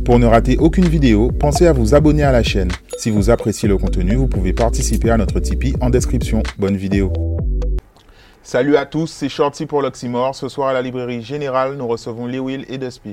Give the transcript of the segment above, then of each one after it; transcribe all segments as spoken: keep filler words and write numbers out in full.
Pour ne rater aucune vidéo, pensez à vous abonner à la chaîne. Si vous appréciez le contenu, vous pouvez participer à notre Tipeee en description. Bonne vidéo. Salut à tous, c'est Shorty pour l'Oxymore. Ce soir à la librairie Générale, nous recevons Lee Will et Despy.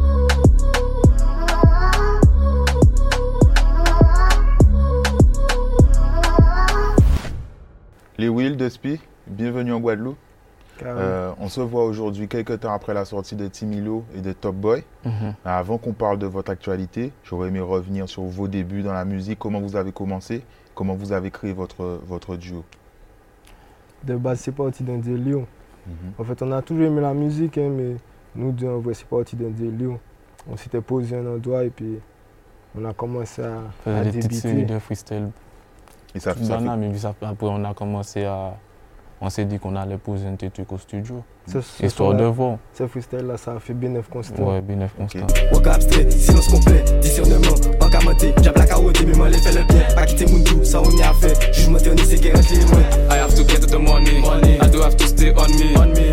Lee Will, Despy, bienvenue en Guadeloupe. Euh, on se voit aujourd'hui quelques temps après la sortie de Timilo et de Top Boy. Mm-hmm. Avant qu'on parle de votre actualité, j'aurais aimé revenir sur vos débuts dans la musique, comment vous avez commencé, comment vous avez créé votre, votre duo. De base, c'est parti d'un délire. Mm-hmm. En fait, on a toujours aimé la musique, hein, mais nous deux, en vrai, c'est parti d'un délire. On s'était posé un endroit et puis on a commencé à, faire à des débiter. petites séries de freestyle. Et ça, ça fait... mais ça, après, on a commencé à... On s'est dit qu'on allait poser un petit truc au studio, histoire de voir. Ce freestyle-là, ça a fait B neuf constant. Ouais, B neuf constant. Walk abstrait, silence complet, discernement, pas qu'à mentir. J'appelle la carotte, mais moi, les fait le bien. Pas quitter mon doux, ça on y a fait. Jugement dernier, c'est qui reste les mains. I have to get the money, money. I do have to stay on me, on me.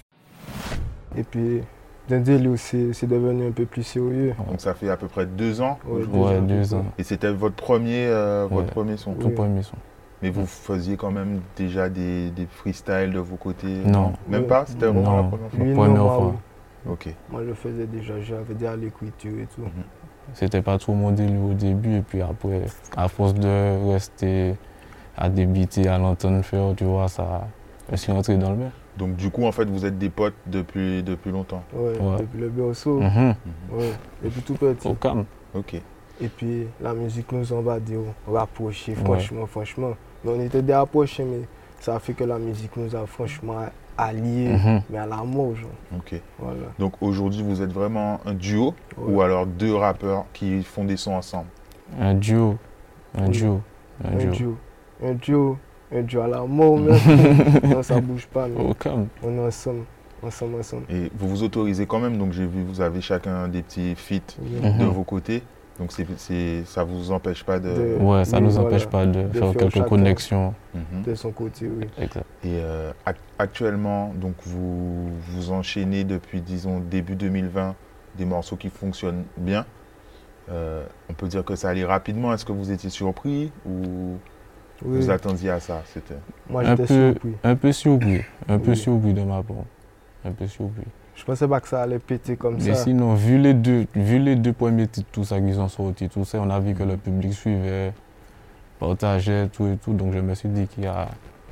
Et puis, d'un délire, c'est devenu un peu plus sérieux. Donc ça fait à peu près deux ans. Ouais, deux, ouais, ans, deux ans. Et c'était votre premier, euh, votre ouais. premier son. Tout oui. premier son. Mais vous faisiez quand même déjà des, des freestyles de vos côtés? Non. Même ouais. pas? C'était vraiment non. la première fois? Lui, première non, fois. Moi, oui. Ok. Moi, je le faisais déjà, j'avais déjà l'écriture et tout. Mm-hmm. C'était pas trop mon délire au début, et puis après, à force de rester à débiter, à l'entendre faire, tu vois, ça, je suis rentré dans le bain. Donc du coup, en fait, vous êtes des potes depuis, depuis longtemps? Ouais, ouais. depuis le berceau. Mm-hmm. Ouais, depuis tout petit. Au calme. Ok. Et puis, la musique nous on va dire, rapprochés, franchement, ouais. franchement. Mais on était des approchés, mais ça a fait que la musique nous a franchement alliés, mm-hmm. mais à la mort, genre. Ok. Voilà. Donc aujourd'hui, vous êtes vraiment un duo, ouais. ou alors deux rappeurs qui font des sons ensemble? Un duo. Un oui. duo. Un, un duo. duo. Un duo. Un duo à la mort, même. Non, ça bouge pas, mais Au calme. on est ensemble. Ensemble, ensemble. Et vous vous autorisez quand même, donc j'ai vu, vous avez chacun des petits feats mm-hmm. de vos côtés. Donc c'est, c'est, ça ne vous empêche pas de... de ouais, ça ne oui, nous voilà, empêche pas de, de faire, faire quelques connexions. Mm-hmm. De son côté, oui. Exact. Et euh, actuellement, donc vous, vous enchaînez depuis, disons, début deux mille vingt, des morceaux qui fonctionnent bien. Euh, on peut dire que ça allait rapidement. Est-ce que vous étiez surpris ou oui. vous attendiez à ça? C'était... Moi, j'étais surpris. Un peu surpris. Un oui. peu surpris de ma part. Un peu surpris. Je pensais pas que ça allait péter comme mais ça. Mais sinon, vu les deux, vu les deux premiers titres, tout ça qui sont sortis, tout ça, on a vu que le public suivait, partageait, tout et tout. Donc je me suis dit qu'il y a,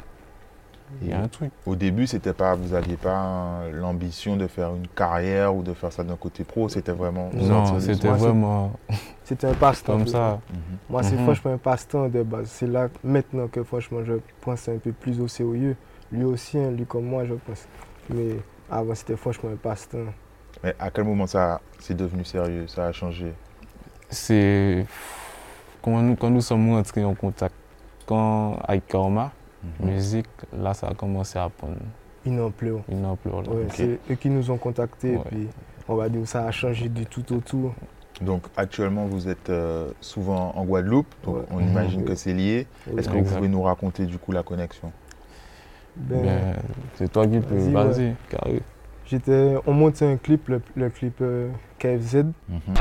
il y a un truc. Au début, c'était pas, vous n'aviez pas hein, l'ambition de faire une carrière ou de faire ça d'un côté pro, c'était vraiment... Non, c'était vraiment... C'était un passe-temps. Comme ça. Mm-hmm. Moi, c'est mm-hmm. franchement un passe-temps de base. C'est là, maintenant, que franchement, je prends ça un peu plus au sérieux. Lui aussi, hein, lui comme moi, je pense. Mais... avant, c'était franchement un passe-temps. Mais à quel moment ça c'est devenu sérieux, ça a changé? C'est quand nous, quand nous sommes rentrés en contact quand, avec Karma, mm-hmm. musique, là ça a commencé à prendre une ampleur. Une ampleur là. Ouais, okay. C'est eux qui nous ont contactés, ouais. et puis on va dire que ça a changé du tout au tout. Donc actuellement vous êtes euh, souvent en Guadeloupe, donc ouais. on mm-hmm. imagine oui. que c'est lié. Oui. Est-ce que exact. vous pouvez nous raconter du coup la connexion? Ben, ben, c'est toi qui peux, vas-y, vas-y ouais. carré. J'étais, on montait un clip, le, le clip euh, K F Z. Mm-hmm.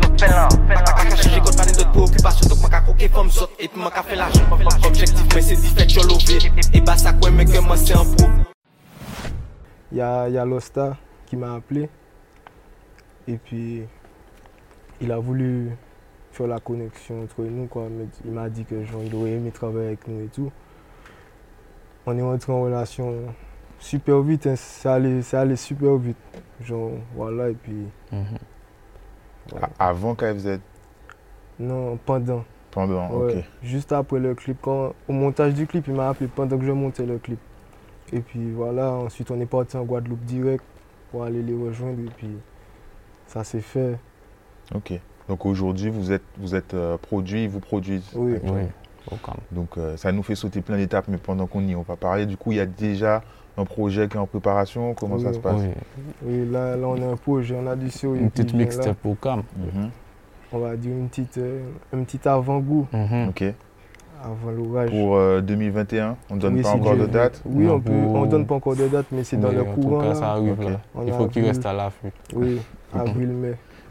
Il y a, y a Losta qui m'a appelé et puis il a voulu faire la connexion entre nous, quoi. Il m'a dit que genre, il aurait aimé travailler avec nous et tout. On est rentré en relation super vite, hein. ça, allait, ça allait super vite. Genre, voilà, et puis... Mm-hmm. Voilà. Avant K F Z? Non, pendant. Pendant, ouais. ok. Juste après le clip, quand, au montage du clip, il m'a appelé pendant que je montais le clip. Et puis voilà, ensuite on est parti en Guadeloupe direct pour aller les rejoindre, et puis ça s'est fait. Ok. Donc aujourd'hui, vous êtes, vous êtes euh, produit, ils vous produisent? Oui. oui. Donc euh, ça nous fait sauter plein d'étapes, mais pendant qu'on y est, on va parler. Du coup, il y a déjà un projet qui est en préparation. Comment oui, ça se passe? Oui, oui là, là, on a un projet, on a du sérieux. Une petite mixtape au calme. Mm-hmm. On va dire une petite, euh, un petit avant-goût. Mm-hmm. Ok. Avant l'orage. Pour euh, deux mille vingt et un, on ne donne oui, pas si encore Dieu, de date? Oui, non, on peut, on ne donne pas encore de date, mais c'est dans le en courant. Tout cas, là. ça arrive okay. là. Il faut qu'il reste à l'affût. Oui, avril, mai.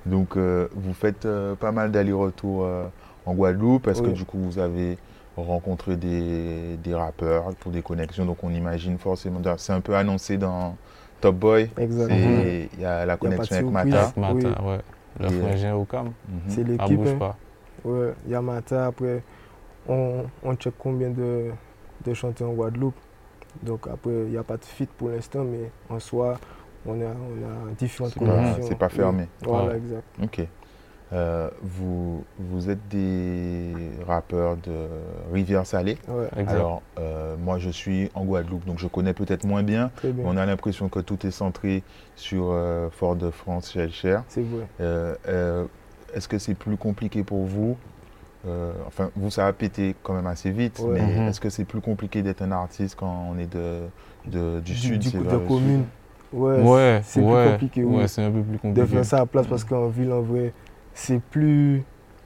Donc, euh, vous faites euh, pas mal d'allers-retours euh, en Guadeloupe parce Oui. que du coup, vous avez rencontré des, des rappeurs pour des connexions. Donc, on imagine forcément. C'est un peu annoncé dans Top Boy. Exactement. C'est- Il y a la connexion avec Mata. surprise. Mata, Oui. ouais. Le Et, frangin au cam. Mhm. C'est Ça l'équipe. bouge hein. pas. Ouais, Yamata, après, on, on check combien de, de chanteurs en Guadeloupe. Donc après, il n'y a pas de fit pour l'instant, mais en soi, on a, on a différentes C'est pas- connexions. c'est pas fermé. Oui. Voilà, Ouais. exact. Ok. Euh, vous, vous êtes des rappeurs de Rivière-Salée. Ouais, Exact. Alors, euh, moi, je suis en Guadeloupe, donc je connais peut-être moins bien. très bien. On a l'impression que tout est centré sur euh, Fort-de-France, Shellshare. C'est vrai. Euh, euh, Est-ce que c'est plus compliqué pour vous? Euh, Enfin, vous, ça a pété quand même assez vite, Ouais. mais Mhm. est-ce que c'est plus compliqué d'être un artiste quand on est de, de- du, sud, du c'est coup, vers de le commune. Ouais, Ouais, c'est ouais, plus compliqué. Oui. ouais, c'est un peu plus de compliqué. faire ça à la place parce qu'en ville, en vrai, c'est plus.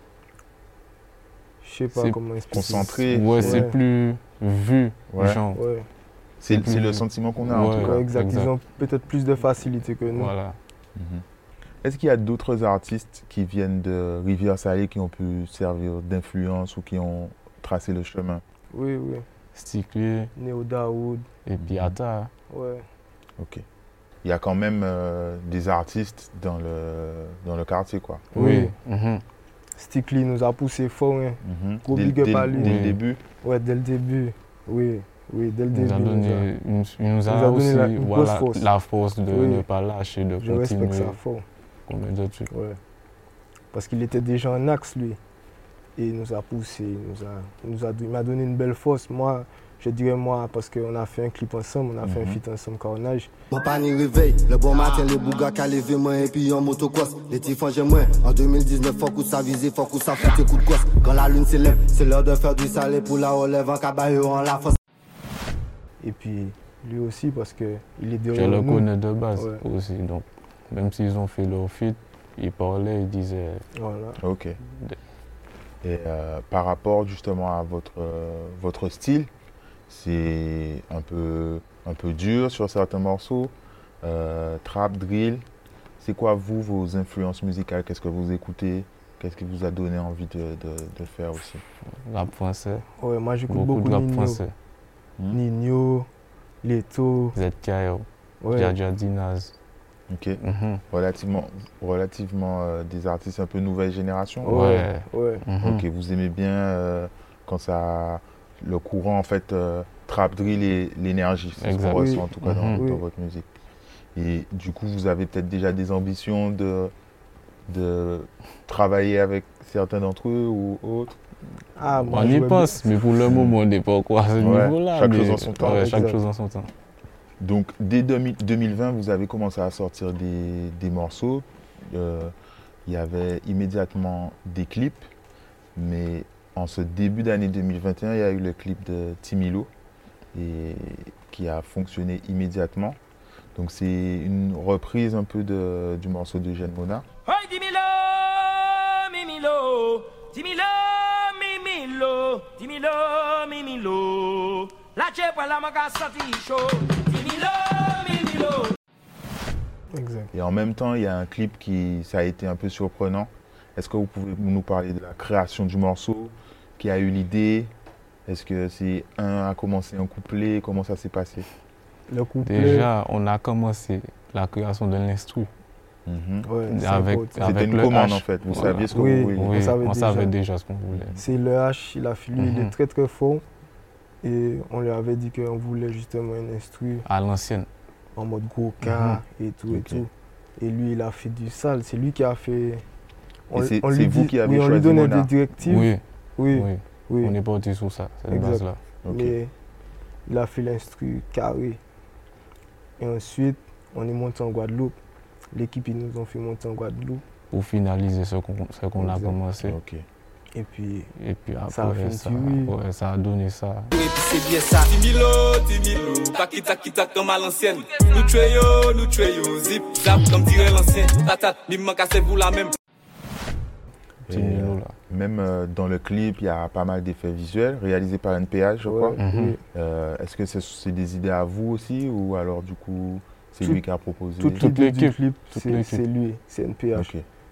Je sais pas C'est comment expliquer. concentré. Ouais, c'est Ouais. plus vu, Ouais. genre. Ouais, C'est c'est c'est le plus- sentiment qu'on a en Ouais. tout cas. ouais, exact. exact. Ils ont peut-être plus de facilité que nous. Voilà. Mhm. Est-ce qu'il y a d'autres artistes qui viennent de Rivière-Salée qui ont pu servir d'influence ou qui ont tracé le chemin? Oui, oui. Stickly Néo Daoud. et puis Atta. Ouais. Ok. Il y a quand même euh, des artistes dans le, dans le quartier, quoi. Oui. Oui. Mhm. Stickly nous a poussé fort. Hein. Mhm. Gros Dès, big up dès- à lui. dès le Oui. début. Ouais, dès le début. Oui, oui, dès le Il début. nous a il nous a- donné, il nous- il nous a il nous a donné aussi la- une voilà, grosse force. la force de Oui. ne pas lâcher, de Je respecte continuer. ça fort. Combien de trucs. Ouais. Parce qu'il était déjà en axe, lui. Et il nous a poussé, il nous a, il nous a, il m'a donné une belle force. Moi, je dirais moi, parce qu'on a fait un clip ensemble, on a fait un Mhm. feat ensemble, Carnage. Mon pas ni réveil, le bon matin, les bougas qu'à lever moi et puis en motocross. Les tifs j'ai moins. En deux mille dix-neuf, faut que ça vise, faut que ça foute coup de gosse. Quand la lune s'élève, c'est l'heure de faire du salé pour la relève en cabaye en la force. Et puis, lui aussi, parce qu'il est Je derrière le nous. connais de base Ouais. aussi. Donc, même s'ils ont fait leur feat, ils parlaient, ils disaient. Voilà. Ok. Et euh, par rapport justement à votre, euh, votre style, c'est un peu, un peu dur sur certains morceaux. Euh, trap, drill. C'est quoi, vous, vos influences musicales? Qu'est-ce que vous écoutez? Qu'est-ce qui vous a donné envie de, de, de faire aussi? Rap français. Ouais, moi j'écoute Beaucoup, beaucoup, de rap Nino. français. Hmm? Nino, Leto. Z K O, Ouais. Djadja Dinaz. Ok. Mhm. Relativement, relativement euh, des artistes un peu nouvelle génération. Ouais. Ouais. Mhm. Ok, vous aimez bien euh, quand ça, le courant en fait, euh, trap, drill et l'énergie. C'est ce Exact. qu'on Oui. ressent en tout cas dans, Mhm. dans Oui. votre musique. Et du coup, vous avez peut-être déjà des ambitions de, de travailler avec certains d'entre eux ou autres. Ah, moi, On y j'aurais pense, mais pour le moment, on n'est pas encore à ce Ouais, niveau-là. chaque mais- chose en son temps. Ouais, chaque Exact. chose en son temps. Donc, dès deux mille deux mille vingt, vous avez commencé à sortir des, des morceaux. Euh, il y avait immédiatement des clips, mais en ce début d'année deux mille vingt et un, il y a eu le clip de Timilo et qui a fonctionné immédiatement. Donc, c'est une reprise un peu de- du morceau de Jeanne Mona. Hey, dimilo, mimilo, dimilo, mimilo, dimilo, mimilo. La chepa la maga sati show. Dimilo, mimilo. Exact. Et en même temps, il y a un clip qui, ça a été un peu surprenant. Est-ce que vous pouvez nous parler de la création du morceau? Qui a eu l'idée? Est-ce que c'est un a commencé un couplet? Comment ça s'est passé? Le couplet. Déjà, on a commencé la création de l'instru. Mhm. Ouais, c'est avec- un pote. avec C'était une le commande H. en fait. Vous Voilà. saviez ce que Oui. vous vouliez. Oui, savait on déjà. savait déjà ce qu'on voulait. C'est le H, il a fait, lui, il est Mhm. très très fort. Et on lui avait dit qu'on voulait justement un instru À l'ancienne. en mode gros cas et tout et Ok. tout. Et lui, il a fait du sale. C'est lui qui a fait. Et c'est- lui c'est vous dit- qui avez oui, on lui choisi donnait Mona. des directives. Oui, oui, oui. oui. On est parti sur ça, cette Exact. base-là. Ok. Mais il a fait l'instru carré. Et ensuite, on est monté en Guadeloupe. L'équipe, ils nous ont fait monter en Guadeloupe. Pour finaliser ce qu'on ce qu'on a Exact. commencé. Ok. Et puis, Et puis après, Ça a fait une ça, tuerie. ouais, ça a donné ça. Et puis c'est bien ça. Timilo, Timilo, Pakita kita comme à l'ancienne. Nous tueyo, nous tueyo, zip, zap comme dirait l'ancien. Tatat, bim cassé pour la même. Et, Petit Milo, euh, là. même euh, dans le clip, il y a pas mal d'effets visuels réalisés par N P H, je crois. ouais, Mhm. oui. Euh, Est-ce que c'est c'est des idées à vous aussi ou alors du coup c'est Tout- lui qui a proposé? Toute Toute l'idée du l'équipe, clip, toute c'est l'équipe. c'est lui, c'est N P H. Ok.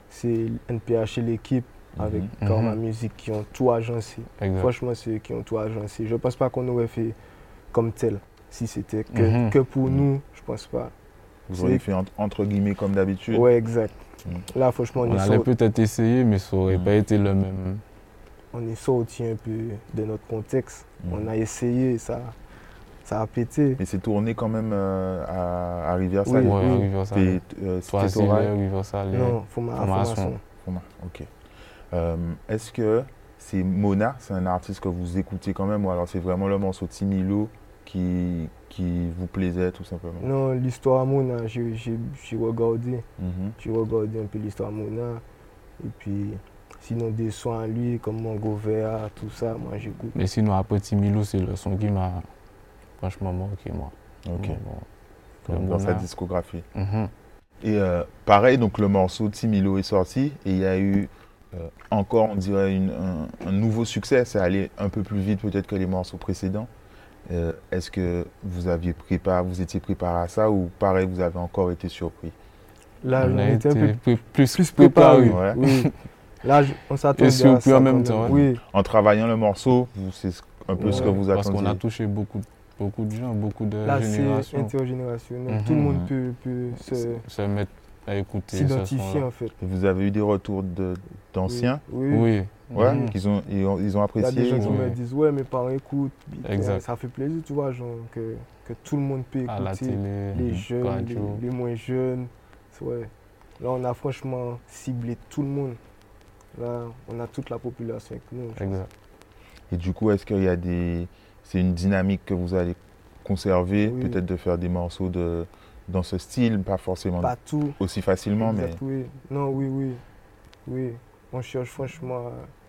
c'est N P H et l'équipe avec Mhm. Karma Mhm. Music qui ont tout agencé. Exact. Franchement, c'est eux qui ont tout agencé. Je pense pas qu'on aurait fait comme tel si c'était que, Mhm. que pour Mhm. nous, je pense pas. Vous C'est- auriez fait entre, entre guillemets comme d'habitude. Ouais, exact. Mhm. Là, franchement, on, On est allait sorti, peut-être essayer, mais ça aurait Mhm. pas été le même. on est sorti un peu de notre contexte. Mhm. On a essayé, ça, ça a pété. Mais c'est tourné quand même euh, à, à Rivière-Salée. Oui, Ouais, oui. Rivière-Salée. T'es- euh, c'était Toi, c'est Torail. Rivière-Salée. Non, faut ma Formation. formation. Comment? Ok. Euh, Est-ce que c'est Mona, c'est un artiste que vous écoutez quand même, ou alors c'est vraiment le morceau Timilo qui, qui vous plaisait tout simplement? Non, l'histoire Mona, j'ai j'ai- j'ai regardé. Mhm. J'ai regardé un peu l'histoire Mona. Et puis, sinon, des sons à lui, comme Mango Vert, tout ça, moi j'écoute. Mais sinon, après Timilo, c'est le son qui m'a franchement marqué, moi. Ok. Bon, bon. Dans, Le dans sa Mona. discographie. Mhm. Et euh, pareil, donc le morceau Timilo est sorti et il y a eu euh, encore, on dirait, une- un, un nouveau succès. C'est allé un peu plus vite peut-être que les morceaux précédents. Euh, Est-ce que vous aviez préparé, vous étiez préparé à ça ou pareil, vous avez encore été surpris? Là, On on a était un peu été plus, plus, plus préparé. préparé. Ouais. Oui. Là, je- on s'attendait Et surpris à ça en même quand temps, Oui, En travaillant le morceau, vous- c'est ce- un peu ce que Ouais, vous Parce qu'on attendiez. a touché beaucoup, beaucoup de gens, beaucoup de là, c'est générations. intergénérationnel. Mhm. Tout le monde Mhm. peut, peut se- Se mettre à écouter ce s'identifier, son-là. en fait. Et vous avez eu des retours de- d'anciens, Oui. oui. Oui. ouais, Mhm. qu'ils ont, ils ont, ils ont Il y a des apprécié. gens qui oui. me disent, ouais, mes parents écoutent. Puis, Exact. euh, Ça fait plaisir, tu vois, genre, que, que tout le monde peut À la écouter. télé, Les Mhm. jeunes, les, radio. les moins jeunes. Ouais. Là, on a franchement ciblé tout le monde. Là, on a toute la population avec nous. Exact. Et du coup, est-ce qu'il y a des, c'est une dynamique que vous allez conserver, Oui. peut-être de faire des morceaux de, dans ce style, pas forcément Pas tout. aussi facilement, mais Exact, oui. Non, oui, oui. Oui. On cherche franchement.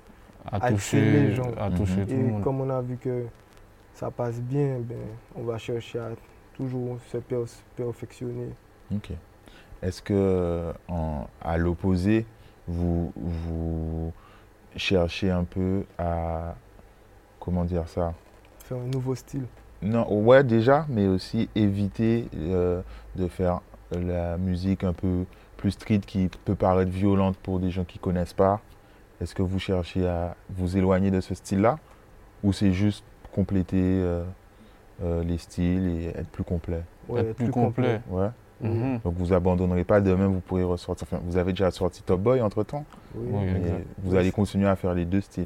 à- À Attirer toucher, les gens. à Mhm. toucher tout le Et monde. comme on a vu que ça passe bien, ben, on va chercher à toujours se per- perfectionner. ok. Est-ce que en- à l'opposé, vous, vous cherchez un peu à, comment dire ça? Faire un nouveau style. Non, ouais déjà, mais aussi éviter euh, de faire la musique un peu plus street qui peut paraître violente pour des gens qui ne connaissent pas. Est-ce que vous cherchez à vous éloigner de ce style-là ou c'est juste compléter euh, euh, les styles et être plus complet? Ouais, Être plus complet. Ouais. Oui. Mhm. Donc vous abandonnerez pas, demain vous pourrez ressortir. Enfin, vous avez déjà sorti Top Boy entre-temps, Oui. Oui, mais exact. vous Oui, allez c'est- continuer à faire les deux styles.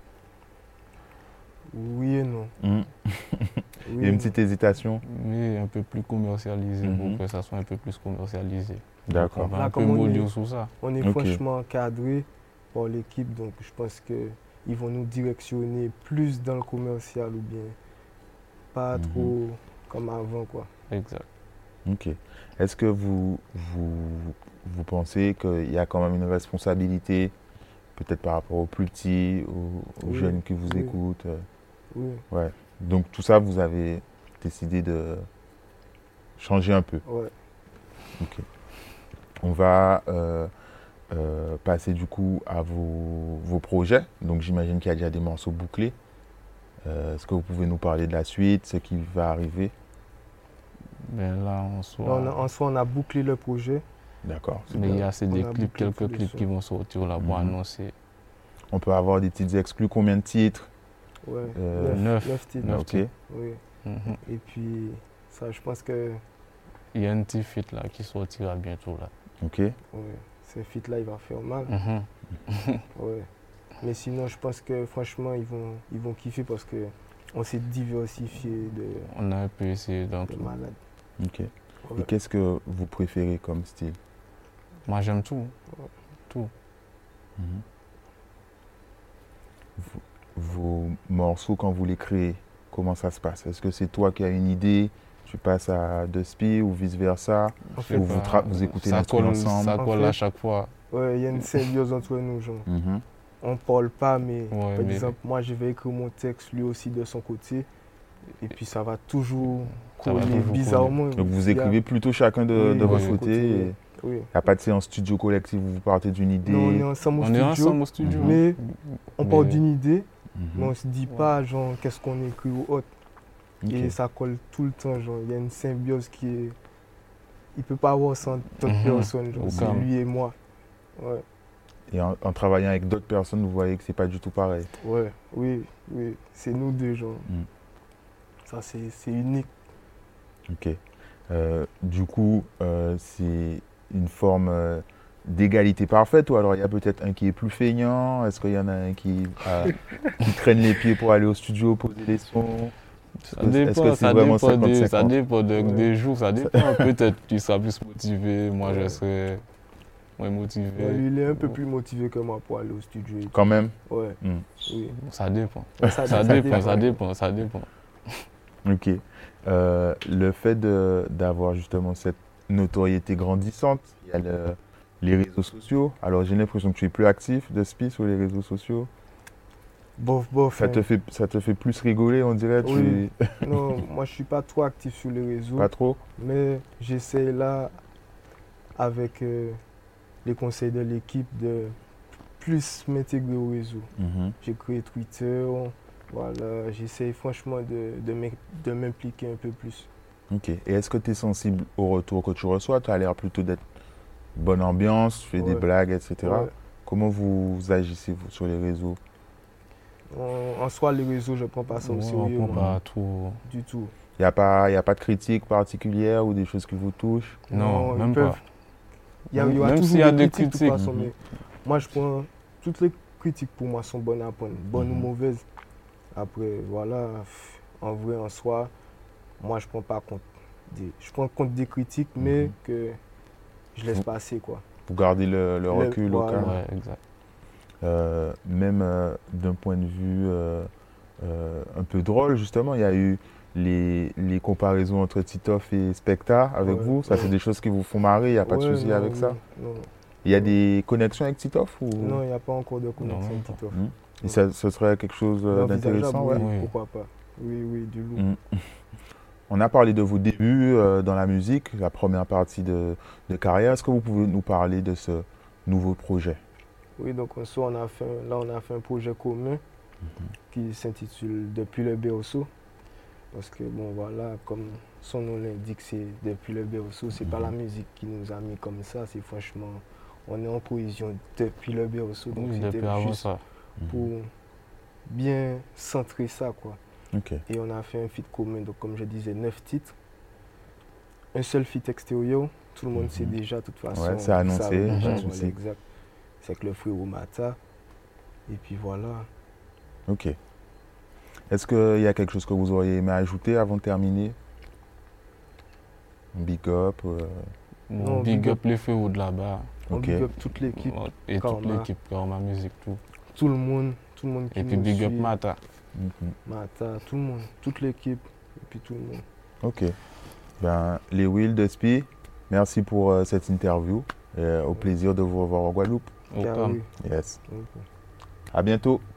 Oui et non. Mhm. Oui Il y a et une non. petite hésitation. Mais un peu plus commercialisé, Mhm. pour que ça soit un peu plus commercialisé. D'accord. Donc, on va Là, un peu comme on mollir est- sur ça. On est Ok. franchement encadré par l'équipe, donc je pense qu'ils vont nous directionner plus dans le commercial ou bien pas Mhm. trop comme avant, quoi. Exact. Ok. Est-ce que vous, vous, vous pensez qu'il y a quand même une responsabilité, peut-être par rapport aux plus petits, aux, aux Oui, jeunes qui vous oui. écoutent euh, Oui, ouais. Donc tout ça, vous avez décidé de changer un peu. ouais. Ok. On va euh, euh, passer du coup à vos, vos projets. Donc j'imagine qu'il y a déjà des morceaux bouclés. Euh, Est-ce que vous pouvez nous parler de la suite, ce qui va arriver? Ben là, on Là, soit. on a- en soi, on a bouclé le projet. D'accord. c'est Mais il y bien. a c'est on des a clips, bouclé tous quelques les clips sons. qui vont sortir là pour Mhm. annoncer. On peut avoir des petites exclus. Combien de titres? Ouais. Euh, neuf. neuf titres. neuf Ok. titres. Oui. Mhm. Et puis, ça, je pense que Il y a un petit feat là qui sortira bientôt là. Ok. ouais, ce feat-là, il va faire mal. Mhm. Ouais. Mais sinon, je pense que franchement, ils vont, ils vont kiffer parce que on s'est diversifié de, On a un peu essayé dans de tout. malade. Ok. Et Ouais. qu'est-ce que vous préférez comme style? Moi j'aime tout. Mhm. Vos, vos morceaux, quand vous les créez, comment ça se passe? Est-ce que c'est toi qui as une idée, tu passes à Dusty ou vice-versa? En Je fait, sais Ou vous, pas, tra- vous écoutez ça l'instrument colle, ensemble? ça En colle fait- à chaque fois. ouais, il y a une symbiose entre nous, genre. Mhm. On parle pas, mais Ouais, par mais- exemple, moi, je vais écrire mon texte, lui aussi de son côté. Et puis, ça va toujours Ça va coller toujours bizarrement. Donc vous Il y a- écrivez plutôt chacun de, Oui, de oui, votre oui. côté. Il Oui. n'y a pas de séance studio collective où vous partez d'une idée. Non, on est ensemble au On est studio, ensemble au studio. mais on part Mais- d'une idée, Mhm. mais on se dit pas, genre, qu'est-ce qu'on écrit ou autre. Ok. Et ça colle tout le temps, genre. Il y a une symbiose qui est. Il peut pas avoir sans d'autres Mhm. personnes, genre. C'est Aucun. lui et moi. Ouais. Et en, en travaillant avec d'autres personnes, vous voyez que c'est pas du tout pareil. Ouais, oui, oui, c'est nous deux, genre. Mm. Ça, c'est c'est unique. Ok. Euh, du coup, euh, c'est une forme euh, d'égalité parfaite ou alors il y a peut-être un qui est plus feignant? Est-ce qu'il y en a un qui, a- qui traîne les pieds pour aller au studio, poser les sons? Ça Est-ce que- est-ce dépend, que c'est ça vraiment dépend, des, cinquante ça cinquante? dépend de- Ouais. des jours, ça dépend. Peut-être tu seras plus motivé, moi je serai moins motivé. Ouais, lui, il est un peu plus motivé que moi pour aller au studio. et tout. Quand même? Ouais, Mm. oui. Ça dépend. Ça, Ça, ça dépend, dépend. ça dépend, ça dépend. Ok. Euh, le fait de- d'avoir justement cette notoriété grandissante, il y a le- les réseaux sociaux. Alors j'ai l'impression que tu es plus actif de Spi sur les réseaux sociaux. Bof, bof. Ça hein. te fait, ça te fait plus rigoler, on dirait. Oui. Non, moi, je suis pas trop actif sur les Tu... réseaux. Pas trop? Mais j'essaie là, avec euh, les conseils de l'équipe, de plus m'intégrer au réseau. Mhm. J'ai créé Twitter, voilà, j'essaie franchement de, de m'im- de m'impliquer un peu plus. Ok. Et est-ce que tu es sensible au retour que tu reçois? Tu as l'air plutôt d'être bonne ambiance, tu fais des Ouais. blagues, et cetera. Ouais. Comment vous agissez vous, sur les réseaux? En, en soi, les réseaux, je prends pas ça au Ouais, sérieux, on prend moi, pas trop. du tout. Il n'y a, pas- y a pas de critique particulière ou des choses qui vous touchent? Non, ils même peuvent- pas. Il y, a- il y aura Même toujours s'il y a des de toute critiques. façon, Mhm. mais moi, je prends toutes les critiques pour moi sont bonnes à prendre, bonnes Mhm. ou mauvaises. Après, voilà, pff, en vrai, en soi, moi, je prends pas compte des, je prends compte des critiques, mais Mhm. que je laisse Vous- passer, quoi. Pour garder le, le Le- recul au voilà. cas. Ouais, exact. Euh, même euh, d'un point de vue euh, euh, un peu drôle, justement, il y a eu les, les comparaisons entre Titoff et Specta avec Ouais, vous. Ça, ouais. c'est des choses qui vous font marrer, il n'y a pas de Ouais, souci non, avec ça. Non, Il y a des connexions avec Titoff ou... non, il n'y a pas encore de connexion, même pas. Tito. Hmm. Et ça, ce serait quelque chose euh, Envisageable, d'intéressant, oui, ouais. Oui. pourquoi pas. Oui, oui, du lourd. Mm. On a parlé de vos débuts euh, dans la musique, la première partie de, de carrière. Est-ce que vous pouvez nous parler de ce nouveau projet? Oui, donc en soi, on a fait, un- là, on a fait un projet commun qui s'intitule Depuis le berceau. Parce que, bon, voilà, comme son nom l'indique, c'est Depuis le berceau. C'est pas la musique qui nous a mis comme ça, c'est franchement, on est en cohésion depuis le berceau. Donc, Oui, c'était depuis avant juste ça. pour bien centrer ça, quoi. Ok. Et on a fait un feat commun, donc comme je disais, neuf titres. Un seul feat extérieur, tout le monde sait Mhm. déjà, de toute façon. Ouais, c'est annoncé, ça, pas de voilà, souci. exact. C'est avec le frérot Mata. Et puis voilà. Ok. Est-ce qu'il y a quelque chose que vous auriez aimé ajouter avant de terminer? Un big up euh, Bon, Non, big big up les feux de là-bas. On Ok. big up toute l'équipe, Et toute Karma. l'équipe, Karma Music, tout. tout le monde, tout le monde qui Et puis nous big up suit. Mata. mhm. Mata, tout le monde, toute l'équipe, et puis tout le monde. Ok. Ben, les Will de Spi, merci pour euh, cette interview. Et, euh, au plaisir de vous revoir en Guadeloupe. Au Car calme. oui, Yes. ok. À bientôt.